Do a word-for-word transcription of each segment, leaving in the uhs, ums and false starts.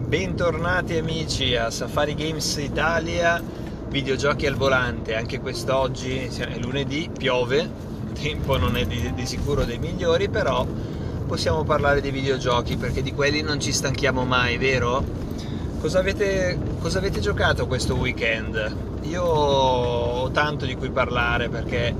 Bentornati amici a Safari Games Italia, videogiochi al volante. Anche quest'oggi è lunedì, piove, il tempo non è di, di sicuro dei migliori, però possiamo parlare di videogiochi perché di quelli non ci stanchiamo mai, vero? Cosa avete, cosa avete giocato questo weekend? Io ho tanto di cui parlare perché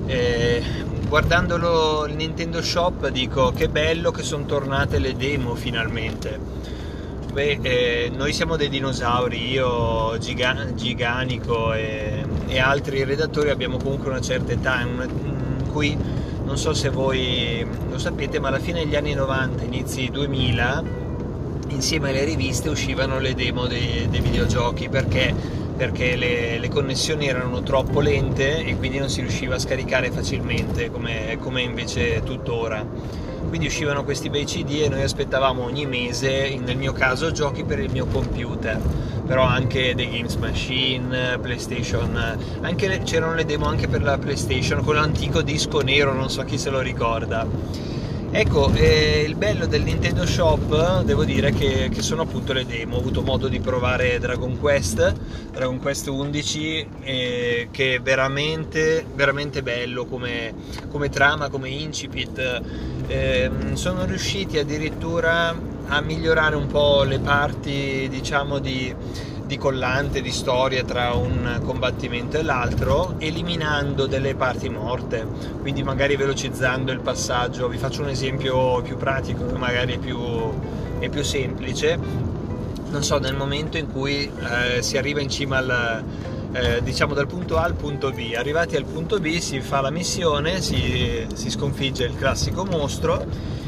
eh, guardandolo il Nintendo Shop dico che bello che sono tornate le demo finalmente. Beh, eh, noi siamo dei dinosauri, io, Giga, Giganico e, e altri redattori abbiamo comunque una certa età in, una, in cui, non so se voi lo sapete, ma alla fine degli anni novanta, inizi duemila, insieme alle riviste uscivano le demo dei, dei videogiochi perché, perché le, le connessioni erano troppo lente e quindi non si riusciva a scaricare facilmente come, come invece tuttora. Quindi uscivano questi bei C D e noi aspettavamo ogni mese, nel mio caso, giochi per il mio computer, però anche dei Games Machine, PlayStation, anche c'erano le demo anche per la PlayStation con l'antico disco nero, non so chi se lo ricorda. Ecco, eh, il bello del Nintendo Shop, devo dire che, che sono appunto le demo. Ho avuto modo di provare Dragon Quest, Dragon Quest undici, eh, che è veramente, veramente bello come, come trama, come incipit. Eh, sono riusciti addirittura a migliorare un po' le parti, diciamo, di, di collante, di storia tra un combattimento e l'altro, eliminando delle parti morte, quindi magari velocizzando il passaggio. Vi faccio un esempio più pratico, che magari è più, è più semplice. Non so, nel momento in cui eh, si arriva in cima al Eh, diciamo dal punto A al punto B, arrivati al punto B si fa la missione, si, si sconfigge il classico mostro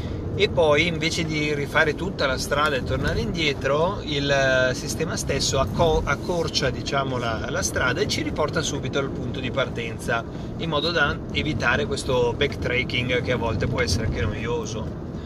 e poi invece di rifare tutta la strada e tornare indietro, il sistema stesso acco- accorcia diciamo la, la strada e ci riporta subito al punto di partenza, in modo da evitare questo backtracking che a volte può essere anche noioso.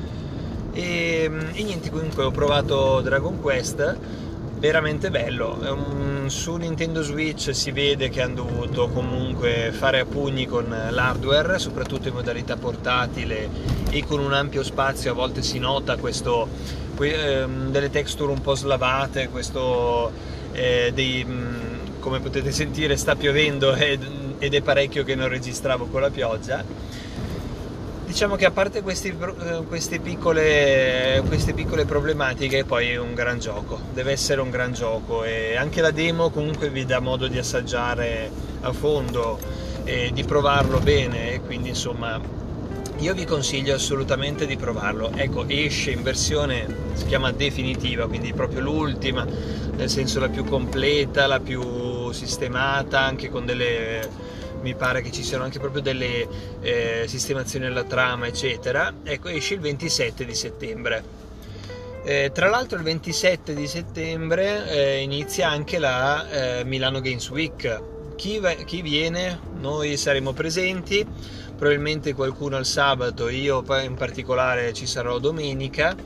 E, e niente, comunque ho provato Dragon Quest, veramente bello. Um, su Nintendo Switch si vede che hanno dovuto comunque fare a pugni con l'hardware, soprattutto in modalità portatile e con un ampio spazio. A volte si nota questo, que, um, delle texture un po' slavate, questo eh, dei, um, come potete sentire sta piovendo ed, ed è parecchio che non registravo con la pioggia. Diciamo che a parte questi, queste, piccole, queste piccole problematiche, poi è un gran gioco, deve essere un gran gioco, e anche la demo comunque vi dà modo di assaggiare a fondo e di provarlo bene, e quindi insomma io vi consiglio assolutamente di provarlo. Ecco, esce in versione, si chiama definitiva, quindi proprio l'ultima, nel senso la più completa, la più sistemata, anche con delle... mi pare che ci siano anche proprio delle eh, sistemazioni alla trama, eccetera. Ecco, esce il ventisette di settembre. Eh, tra l'altro il ventisette di settembre eh, inizia anche la eh, Milano Games Week. Chi, va, chi viene? Noi saremo presenti, probabilmente qualcuno il sabato, io in particolare ci sarò domenica,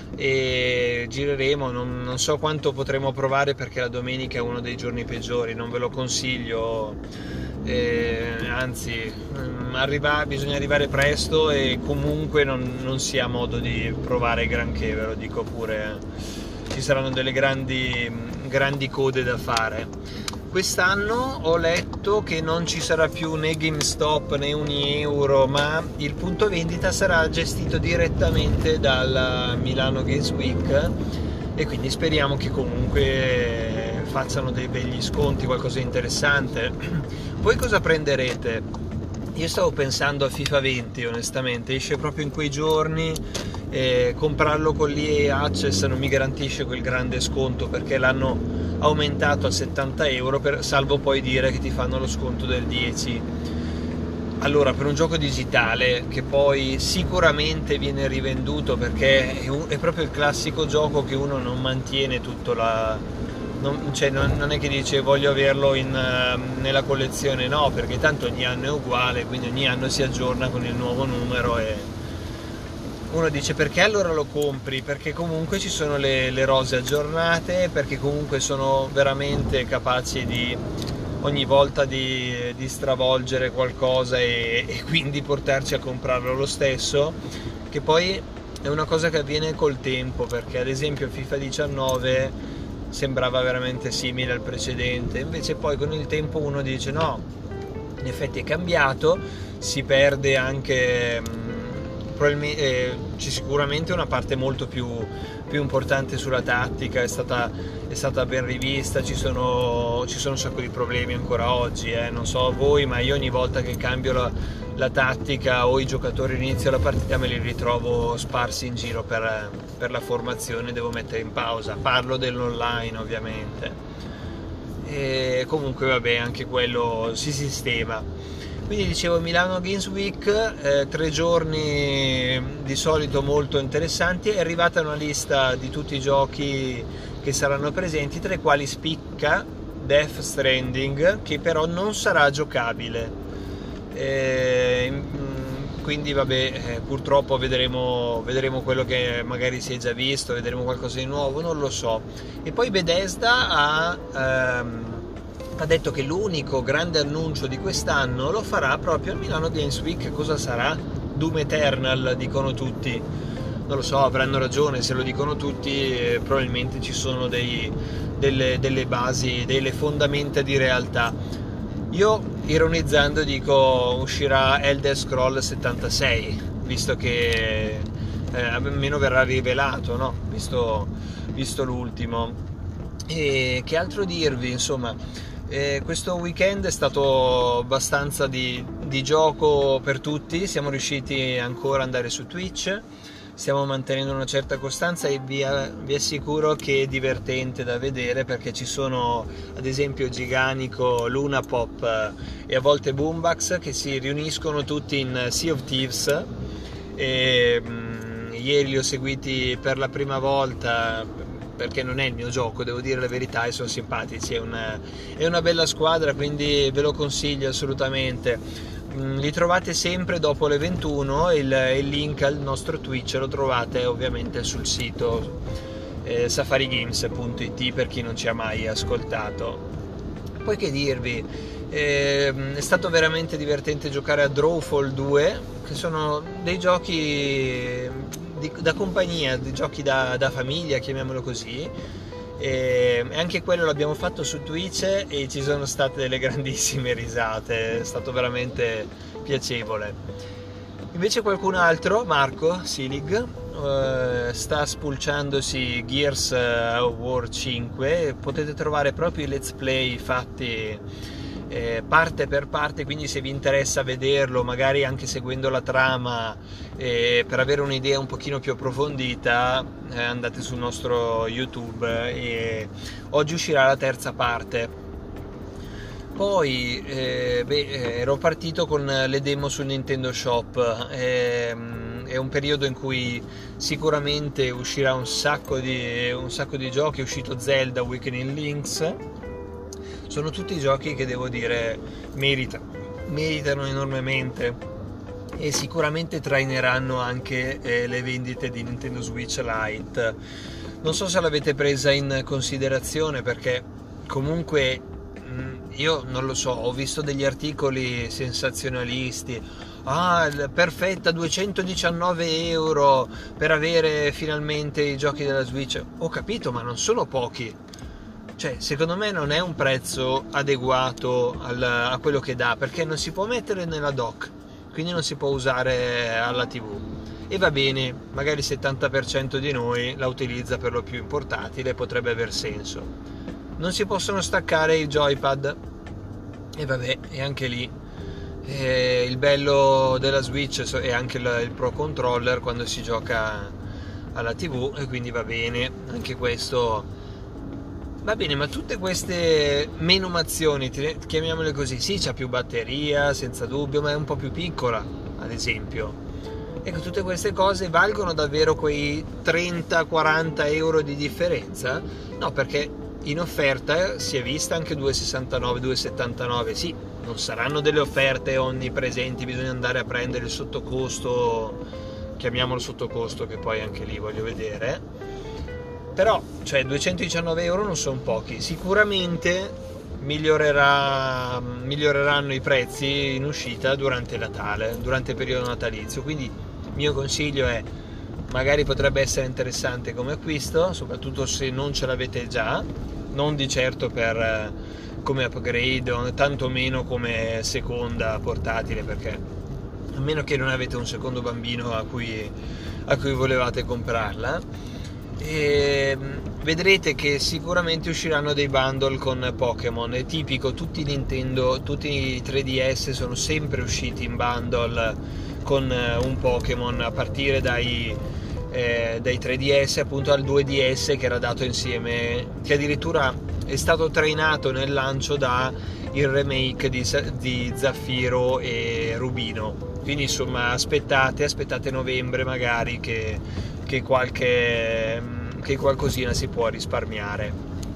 e gireremo. Non, non so quanto potremo provare perché la domenica è uno dei giorni peggiori, non ve lo consiglio. Eh, anzi arriva, bisogna arrivare presto e comunque non, non si ha modo di provare granché, ve lo dico pure, ci saranno delle grandi, grandi code da fare. Quest'anno ho letto che non ci sarà più né GameStop né Unieuro, ma il punto vendita sarà gestito direttamente dalla Milano Games Week, e quindi speriamo che comunque facciano dei begli sconti, qualcosa di interessante. Voi cosa prenderete? Io stavo pensando a FIFA venti, onestamente, esce proprio in quei giorni, e comprarlo con l'E A Access non mi garantisce quel grande sconto perché l'hanno aumentato a settanta euro, per, salvo poi dire che ti fanno lo sconto del dieci. Allora, per un gioco digitale che poi sicuramente viene rivenduto, perché è, un, è proprio il classico gioco che uno non mantiene tutto la... Non, cioè non, non è che dice voglio averlo in, uh, nella collezione, no, perché tanto ogni anno è uguale, quindi ogni anno si aggiorna con il nuovo numero e uno dice perché allora lo compri? Perché comunque ci sono le, le rose aggiornate, perché comunque sono veramente capaci di ogni volta di, di stravolgere qualcosa e, e quindi portarci a comprarlo lo stesso, che poi è una cosa che avviene col tempo, perché ad esempio FIFA diciannove sembrava veramente simile al precedente, invece poi con il tempo uno dice no, in effetti è cambiato, si perde anche mh, probabilmente, eh, c'è sicuramente una parte molto più, più importante sulla tattica, è stata, è stata ben rivista, ci sono, ci sono un sacco di problemi ancora oggi, eh. Non so voi, ma io ogni volta che cambio la, la tattica o i giocatori inizio la partita me li ritrovo sparsi in giro per, per la formazione, devo mettere in pausa, parlo dell'online ovviamente. E comunque vabbè, anche quello si sistema. Quindi dicevo, Milano Games Week, eh, tre giorni di solito molto interessanti. È arrivata una lista di tutti i giochi che saranno presenti, tra i quali spicca Death Stranding, che però non sarà giocabile, eh, quindi vabbè, eh, purtroppo vedremo, vedremo quello che magari si è già visto, vedremo qualcosa di nuovo, non lo so. E poi Bethesda ha, ehm, ha detto che l'unico grande annuncio di quest'anno lo farà proprio al Milano Games Week. Cosa sarà? Doom Eternal, dicono tutti. Non lo so, avranno ragione, se lo dicono tutti eh, probabilmente ci sono dei, delle, delle basi, delle fondamenta di realtà. Io ironizzando dico uscirà Elder Scrolls settantasei, visto che eh, almeno verrà rivelato, no? Visto, visto l'ultimo. E che altro dirvi, insomma, eh, questo weekend è stato abbastanza di, di gioco per tutti, siamo riusciti ancora ad andare su Twitch, stiamo mantenendo una certa costanza e vi, vi assicuro che è divertente da vedere, perché ci sono ad esempio Giganico, Luna Pop e a volte Boombax che si riuniscono tutti in Sea of Thieves e, mh, ieri li ho seguiti per la prima volta perché non è il mio gioco, devo dire la verità, e sono simpatici, è una, è una bella squadra, quindi ve lo consiglio assolutamente. Li trovate sempre dopo le ventuno, il, il link al nostro Twitch lo trovate ovviamente sul sito eh, safarigames punto it per chi non ci ha mai ascoltato. Poi che dirvi, eh, è stato veramente divertente giocare a Drawfall due, che sono dei giochi di, da compagnia, dei giochi da, da famiglia, chiamiamolo così. E anche quello l'abbiamo fatto su Twitch e ci sono state delle grandissime risate, è stato veramente piacevole. Invece qualcun altro, Marco Silig, eh, sta spulciandosi Gears of War cinque, potete trovare proprio i let's play fatti eh, parte per parte, quindi se vi interessa vederlo, magari anche seguendo la trama, eh, per avere un'idea un pochino più approfondita, eh, andate sul nostro YouTube e oggi uscirà la terza parte. Poi eh, beh, ero partito con le demo sul Nintendo Shop, eh, è un periodo in cui sicuramente uscirà un sacco di, un sacco di giochi, è uscito Zelda Awakening Links, sono tutti giochi che devo dire merita, meritano enormemente e sicuramente traineranno anche eh, le vendite di Nintendo Switch Lite. Non so se l'avete presa in considerazione, perché comunque mh, io non lo so, ho visto degli articoli sensazionalisti, ah, perfetta, duecentodiciannove euro per avere finalmente i giochi della Switch. Ho capito, ma non sono pochi. Cioè, secondo me non è un prezzo adeguato al, a quello che dà, perché non si può mettere nella dock, quindi non si può usare alla tivù. E va bene, magari il settanta per cento di noi la utilizza per lo più in portatile, potrebbe aver senso. Non si possono staccare il joypad, e vabbè, e anche lì e il bello della Switch è anche il, il Pro Controller quando si gioca alla tivù, e quindi va bene, anche questo va bene. Ma tutte queste menomazioni, chiamiamole così, sì, c'ha più batteria senza dubbio, ma è un po' più piccola, ad esempio. Ecco, tutte queste cose valgono davvero quei trenta quaranta euro di differenza? No, perché in offerta si è vista anche due virgola sessantanove, due virgola settantanove, sì, non saranno delle offerte onnipresenti, bisogna andare a prendere il sottocosto, chiamiamolo sottocosto, che poi anche lì voglio vedere. Però, cioè, duecentodiciannove euro non sono pochi, sicuramente migliorerà, miglioreranno i prezzi in uscita durante Natale, durante il periodo natalizio, quindi il mio consiglio è magari potrebbe essere interessante come acquisto, soprattutto se non ce l'avete già, non di certo per come upgrade o tantomeno come seconda portatile, perché a meno che non avete un secondo bambino a cui, a cui volevate comprarla. E vedrete che sicuramente usciranno dei bundle con Pokémon. È tipico, tutti i Nintendo, tutti i tre D S sono sempre usciti in bundle con un Pokémon, a partire dai, eh, dai tre D S appunto al due D S, che era dato insieme, che addirittura è stato trainato nel lancio da il remake di, di Zaffiro e Rubino. Quindi insomma aspettate, aspettate novembre magari che, che qualche che qualcosina si può risparmiare.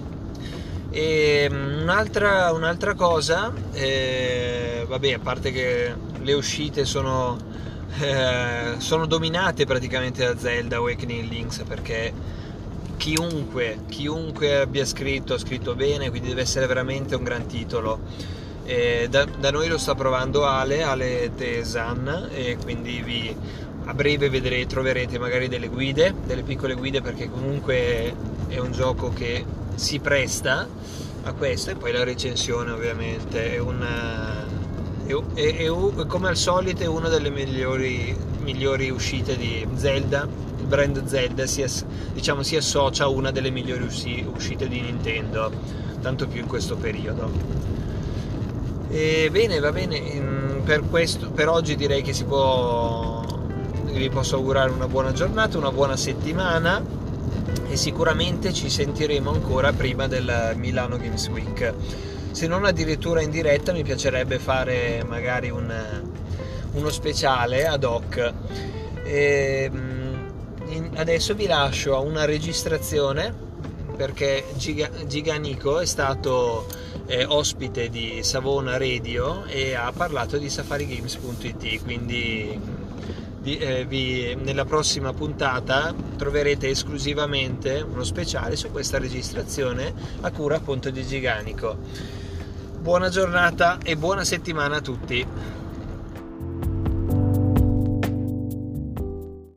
E un'altra, un'altra cosa, eh, vabbè, a parte che le uscite sono, eh, sono dominate praticamente da Zelda Awakening Links, perché chiunque, chiunque abbia scritto, ha scritto bene, quindi deve essere veramente un gran titolo. Eh, da, da noi lo sta provando Ale, Ale Tesan, e quindi vi, a breve vedrete, troverete magari delle guide, delle piccole guide, perché comunque è un gioco che si presta a questo. E poi la recensione ovviamente è una, è, è, è, come al solito è una delle migliori, migliori uscite di Zelda. Il brand Zelda si, diciamo, si associa a una delle migliori uscite di Nintendo, tanto più in questo periodo. E bene, va bene, per, questo, per oggi direi che si può, vi posso augurare una buona giornata, una buona settimana, e sicuramente ci sentiremo ancora prima del Milano Games Week, se non addirittura in diretta. Mi piacerebbe fare magari un, uno speciale ad hoc. E adesso vi lascio a una registrazione, perché Giga, Giganico è stato eh, ospite di Savona Radio e ha parlato di safari games punto it, quindi di, eh, vi, nella prossima puntata troverete esclusivamente uno speciale su questa registrazione a cura appunto di Giganico. Buona giornata e buona settimana a tutti.